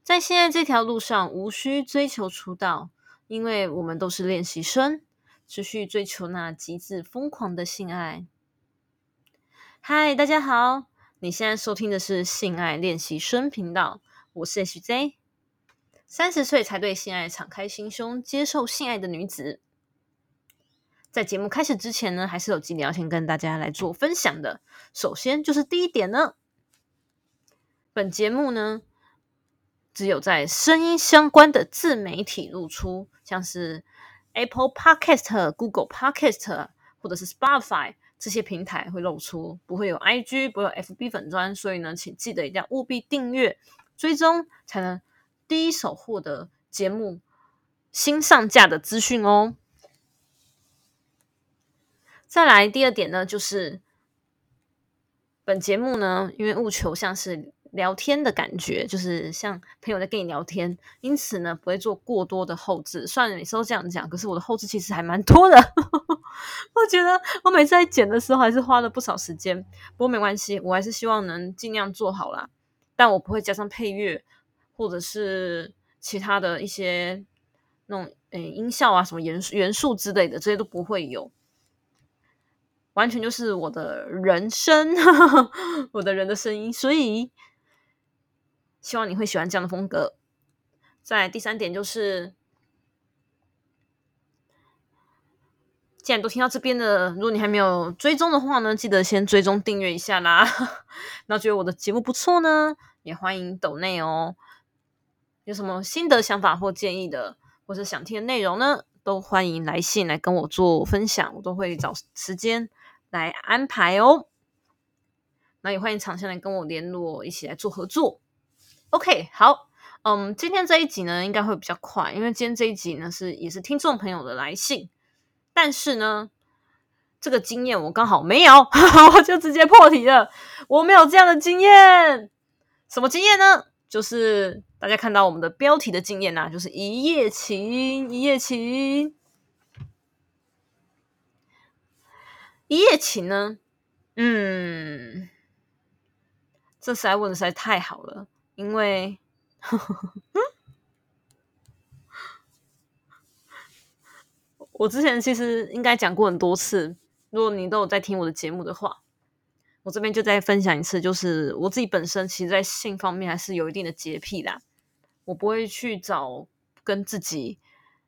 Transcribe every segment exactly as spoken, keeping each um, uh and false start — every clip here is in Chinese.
在现在这条路上，无需追求出道，因为我们都是练习生，持续追求那极致疯狂的性爱。嗨，大家好，你现在收听的是性爱练习生频道，我是 H J， 三十岁才对性爱敞开心胸，接受性爱的女子。在节目开始之前呢，还是有几点要先跟大家来做分享的。首先就是第一点呢，本节目呢只有在声音相关的自媒体露出，像是 Apple Podcast、Google Podcast 或者是 Spotify 这些平台会露出，不会有 I G， 不会有 F B 粉专，所以呢，请记得一定要务必订阅、追踪，才能第一手获得节目新上架的资讯哦。再来第二点呢，就是本节目呢，因为务求像是聊天的感觉，就是像朋友在跟你聊天，因此呢不会做过多的后置。虽然每次都这样讲，可是我的后置其实还蛮多的。我觉得我每次在剪的时候还是花了不少时间，不过没关系，我还是希望能尽量做好啦。但我不会加上配乐或者是其他的一些那种诶音效啊什么元素元素之类的，这些都不会有。完全就是我的人声我的人的声音，所以希望你会喜欢这样的风格。再来第三点就是，既然都听到这边的，如果你还没有追踪的话呢，记得先追踪订阅一下啦。那觉得我的节目不错呢，也欢迎抖内哦。有什么新的想法或建议的，或是想听的内容呢，都欢迎来信来跟我做分享，我都会找时间来安排哦。那也欢迎厂商来跟我联络，一起来做合作。OK， 好，嗯，今天这一集呢应该会比较快，因为今天这一集呢是也是听众朋友的来信，但是呢，这个经验我刚好没有，我就直接破题了，我没有这样的经验。什么经验呢？就是大家看到我们的标题的经验啊，就是一夜情，一夜情，一夜情呢，嗯。这实在问的实在太好了，因为我之前其实应该讲过很多次，如果你都有在听我的节目的话，我这边就再分享一次，就是我自己本身其实在性方面还是有一定的洁癖啦，我不会去找跟自己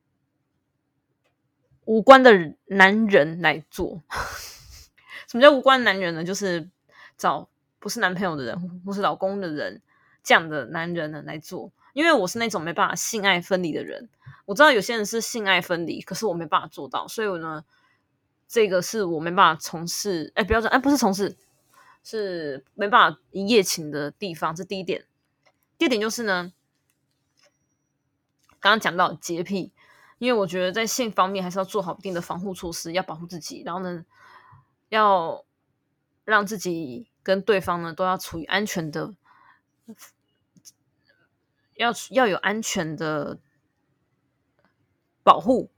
无关的男人来做。什么叫无关男人呢？就是找不是男朋友的人或是老公的人这样的男人呢来做，因为我是那种没办法性爱分离的人。我知道有些人是性爱分离，可是我没办法做到，所以我呢，这个是我没办法从事，哎，不要讲，哎，不是从事，是没办法一夜情的地方，这第一点。第二点就是呢，刚刚讲到洁癖，因为我觉得在性方面还是要做好一定的防护措施，要保护自己，然后呢，要让自己跟对方呢都要处于安全的，要要有安全的保护。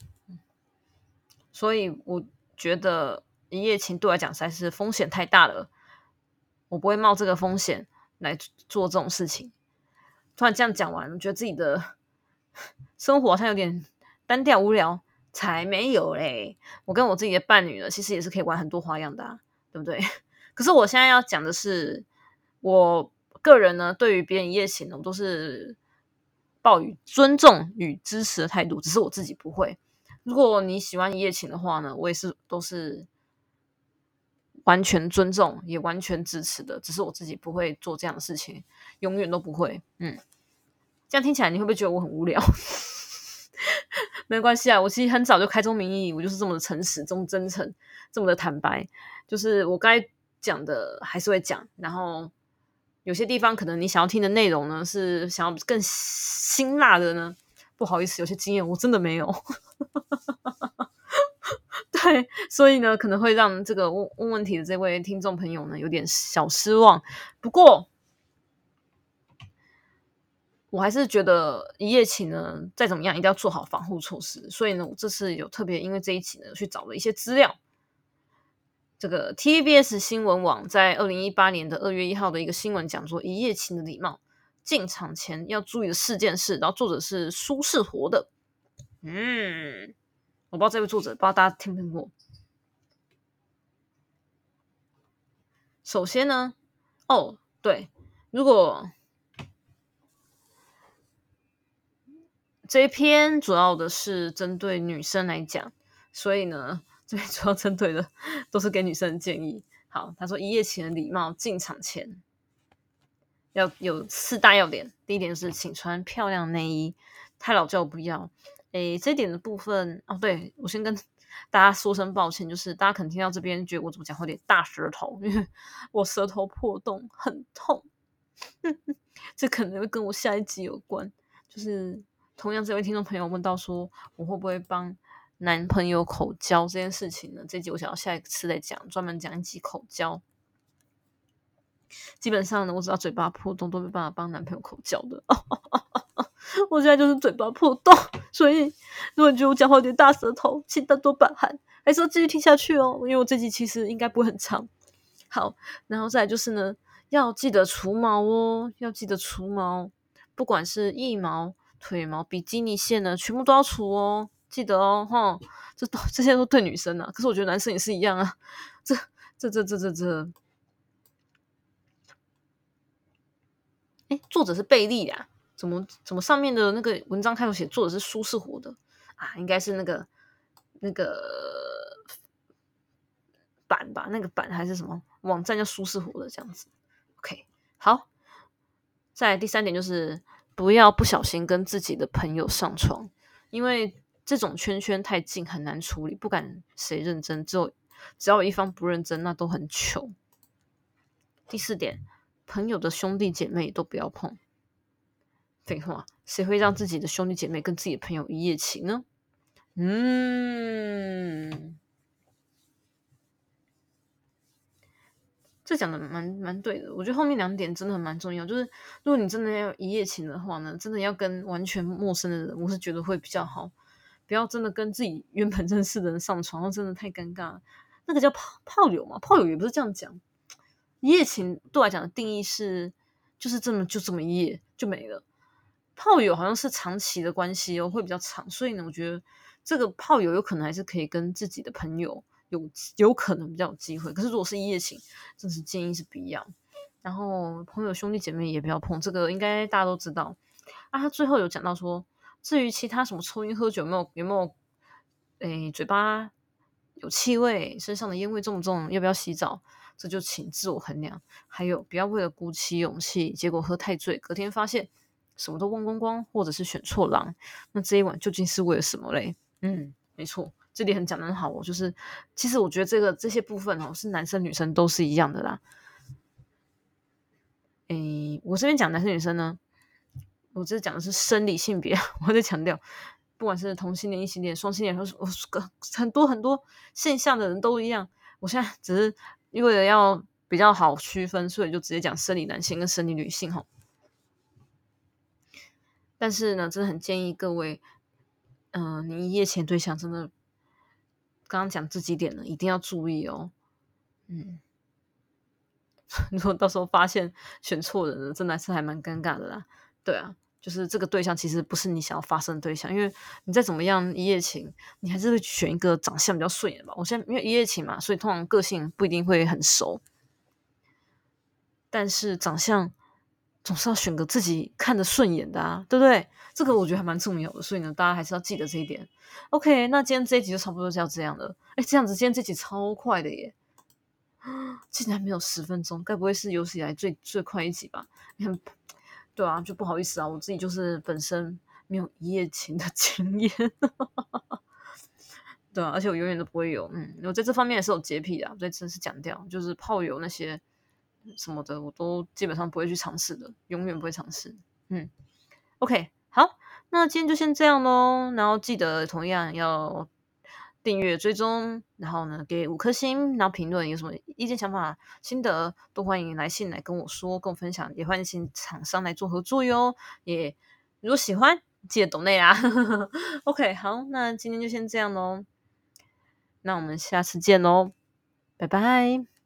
所以我觉得一夜情对我来讲实在是风险太大了，我不会冒这个风险来做这种事情。突然这样讲完，我觉得自己的生活好像有点单调无聊，才没有嘞！我跟我自己的伴侣呢，其实也是可以玩很多花样的啊，对不对？可是我现在要讲的是，我个人呢，对于别人一夜情呢，我都是抱以尊重与支持的态度，只是我自己不会。如果你喜欢一夜情的话呢，我也是都是完全尊重，也完全支持的，只是我自己不会做这样的事情，永远都不会。嗯，这样听起来你会不会觉得我很无聊？没关系啊，我其实很早就开宗明义，我就是这么的诚实，这么真诚，这么的坦白，就是我该讲的还是会讲，然后有些地方可能你想要听的内容呢，是想要更辛辣的呢，不好意思，有些经验我真的没有。对，所以呢，可能会让这个问问问题的这位听众朋友呢有点小失望。不过，我还是觉得一夜情呢，再怎么样一定要做好防护措施。所以呢，我这次有特别因为这一期呢去找了一些资料。这个 T V B S 新闻网在二零一八年的二月一号的一个新闻讲说，一夜情的礼貌进场前要注意的四件事，然后作者是苏世活的。嗯，我不知道这位作者，不知道大家听不听过。首先呢，哦，对，如果这一篇主要的是针对女生来讲，所以呢，这边主要针对的都是给女生的建议。好，他说一夜情的礼貌，进场前要有四大要点。第一点就是请穿漂亮内衣，太老旧不要。诶，这一点的部分哦，对，我先跟大家说声抱歉，就是大家可能听到这边觉得我怎么讲话有点大舌头，因为我舌头破洞很痛，这可能会跟我下一集有关。就是同样这位听众朋友问到说，我会不会帮男朋友口交这件事情呢？这集我想要下一次再讲，专门讲一集口交。基本上呢，我只要嘴巴破洞都没办法帮男朋友口交的。我现在就是嘴巴破洞，所以如果你觉得我讲话有点大舌头，请多多包涵，还是要继续听下去哦，因为我这集其实应该不会很长。好，然后再来就是呢，要记得除毛哦，要记得除毛，不管是腋毛、腿毛、比基尼线呢，全部都要除哦，记得哦，哈，这都这些都对女生啊，可是我觉得男生也是一样啊，这这这这这这。哎，作者是贝利啊，怎么怎么上面的那个文章开头写作者是苏世活的啊？应该是那个那个版吧，那个版还是什么网站叫苏世活的这样子。OK， 好，再来第三点就是不要不小心跟自己的朋友上床，因为这种圈圈太近很难处理，不管谁认真，只有只要有一方不认真，那都很糗。第四点，朋友的兄弟姐妹都不要碰。废话，谁会让自己的兄弟姐妹跟自己的朋友一夜情呢？嗯，这讲的蛮蛮对的。我觉得后面两点真的蛮重要，就是如果你真的要一夜情的话呢，真的要跟完全陌生的人，我是觉得会比较好，不要真的跟自己原本认识的人上床，那真的太尴尬了。那个叫炮炮友嘛，炮友也不是这样讲。一夜情对我来讲的定义是，就是真的就这么一夜就没了。炮友好像是长期的关系哦，会比较长，所以呢，我觉得这个炮友有可能还是可以跟自己的朋友有有可能比较有机会。可是如果是一夜情，真是建议是不要。然后朋友兄弟姐妹也不要碰，这个应该大家都知道啊。他最后有讲到说，至于其他什么抽烟喝酒有没有有没有，诶嘴巴有气味，身上的烟味重不重，要不要洗澡，这就请自我衡量。还有不要为了鼓起勇气，结果喝太醉，隔天发现什么都忘光光，或者是选错郎，那这一晚究竟是为了什么嘞？嗯，没错，这里很讲得很好哦，就是其实我觉得这个这些部分哦，是男生女生都是一样的啦。诶，我这边讲男生女生呢，我这讲的是生理性别，我在强调，不管是同性恋、异性恋、双性恋，或是很多很多现象的人都一样。我现在只是为了要比较好区分，所以就直接讲生理男性跟生理女性哈。但是呢，真的很建议各位，嗯、呃，你一夜情对象真的，刚刚讲这几点呢，一定要注意哦。嗯，如果到时候发现选错人了，真的是还蛮尴尬的啦。对啊，就是这个对象其实不是你想要发生的对象，因为你再怎么样一夜情，你还是会选一个长相比较顺眼吧。我现在因为一夜情嘛，所以通常个性不一定会很熟，但是长相总是要选个自己看得顺眼的啊，对不对？这个我觉得还蛮重要的，所以呢，大家还是要记得这一点。OK，那今天这一集就差不多就要这样了。哎，这样子今天这集超快的耶，竟然没有十分钟，该不会是有史以来最最快一集吧？你看，对啊，就不好意思啊，我自己就是本身没有一夜情的经验，对啊，而且我永远都不会有，嗯，我在这方面也是有洁癖的，在这是讲掉，就是炮友那些什么的，我都基本上不会去尝试的，永远不会尝试。嗯，OK，好，那今天就先这样咯，然后记得同样要订阅追踪，然后呢给五颗星，然后评论有什么意见、想法、心得都欢迎来信来跟我说，跟我分享，也欢迎请厂商来做合作哟。也如果喜欢，记得抖内啊。OK，好，那今天就先这样咯，那我们下次见喽，拜拜。